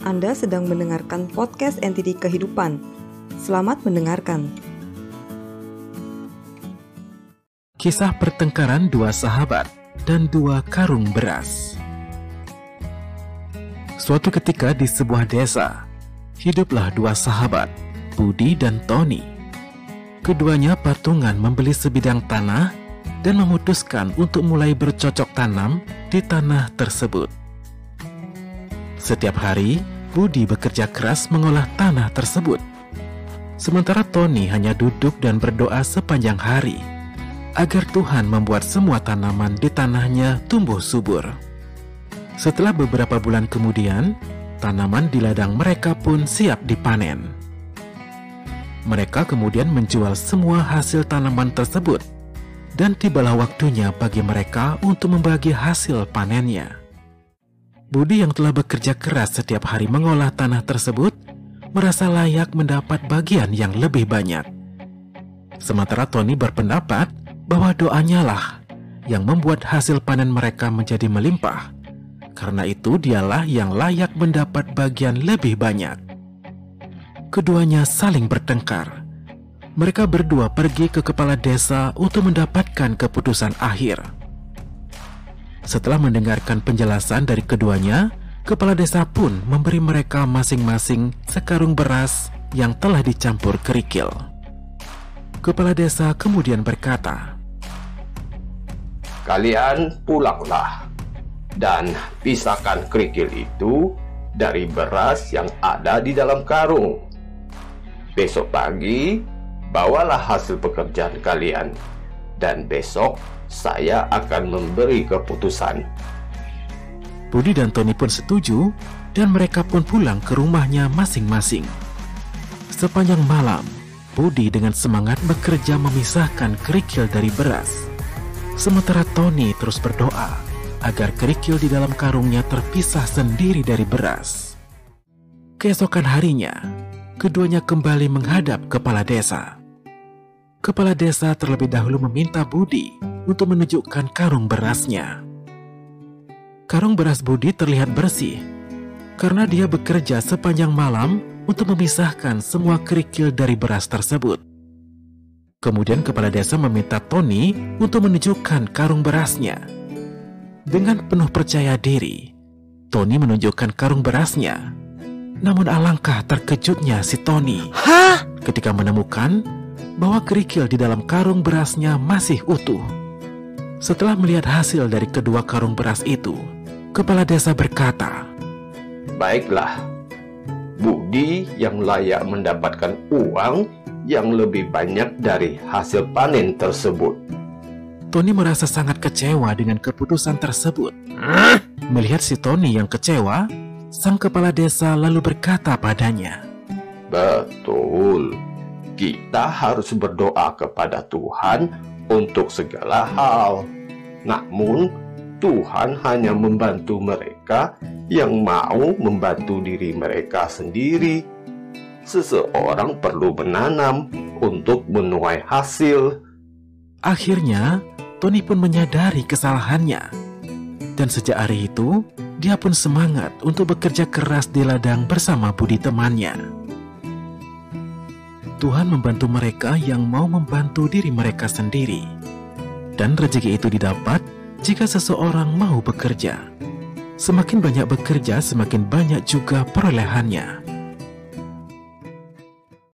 Anda sedang mendengarkan podcast NTD Kehidupan. Selamat mendengarkan. Kisah pertengkaran dua sahabat dan dua karung beras. Suatu ketika di sebuah desa, hiduplah dua sahabat, Budi dan Tony. Keduanya patungan membeli sebidang tanah dan memutuskan untuk mulai bercocok tanam di tanah tersebut. Setiap hari, Budi bekerja keras mengolah tanah tersebut. Sementara Tony hanya duduk dan berdoa sepanjang hari agar Tuhan membuat semua tanaman di tanahnya tumbuh subur. Setelah beberapa bulan kemudian, tanaman di ladang mereka pun siap dipanen. Mereka kemudian menjual semua hasil tanaman tersebut, dan tibalah waktunya bagi mereka untuk membagi hasil panennya. Budi yang telah bekerja keras setiap hari mengolah tanah tersebut merasa layak mendapat bagian yang lebih banyak. Sementara Tony berpendapat bahwa doanya lah yang membuat hasil panen mereka menjadi melimpah. Karena itu dialah yang layak mendapat bagian lebih banyak. Keduanya saling bertengkar. Mereka berdua pergi ke kepala desa untuk mendapatkan keputusan akhir. Setelah mendengarkan penjelasan dari keduanya, kepala desa pun memberi mereka masing-masing sekarung beras yang telah dicampur kerikil. Kepala desa kemudian berkata, "Kalian pulanglah dan pisahkan kerikil itu dari beras yang ada di dalam karung. Besok pagi, bawalah hasil pekerjaan kalian, dan besok saya akan memberi keputusan." Budi dan Tony pun setuju, dan mereka pun pulang ke rumahnya masing-masing. Sepanjang malam, Budi dengan semangat bekerja memisahkan kerikil dari beras. Sementara Tony terus berdoa agar kerikil di dalam karungnya terpisah sendiri dari beras. Keesokan harinya, keduanya kembali menghadap kepala desa. Kepala desa terlebih dahulu meminta Budi untuk menunjukkan karung berasnya. Karung beras Budi terlihat bersih karena dia bekerja sepanjang malam untuk memisahkan semua kerikil dari beras tersebut. Kemudian kepala desa meminta Tony untuk menunjukkan karung berasnya. Dengan penuh percaya diri, Tony menunjukkan karung berasnya. Namun alangkah terkejutnya si Tony ketika menemukan bahwa kerikil di dalam karung berasnya masih utuh. Setelah melihat hasil dari kedua karung beras itu, kepala desa berkata, "Baiklah, Budi yang layak mendapatkan uang yang lebih banyak dari hasil panen tersebut." Tony merasa sangat kecewa dengan keputusan tersebut. Melihat si Tony yang kecewa, sang kepala desa lalu berkata padanya, "Betul, kita harus berdoa kepada Tuhan untuk segala hal. Namun, Tuhan hanya membantu mereka yang mau membantu diri mereka sendiri. Seseorang perlu menanam untuk menuai hasil." Akhirnya, Tony pun menyadari kesalahannya. Dan sejak hari itu, dia pun semangat untuk bekerja keras di ladang bersama Budi temannya. Tuhan membantu mereka yang mau membantu diri mereka sendiri. Dan rezeki itu didapat jika seseorang mau bekerja. Semakin banyak bekerja, semakin banyak juga perolehannya.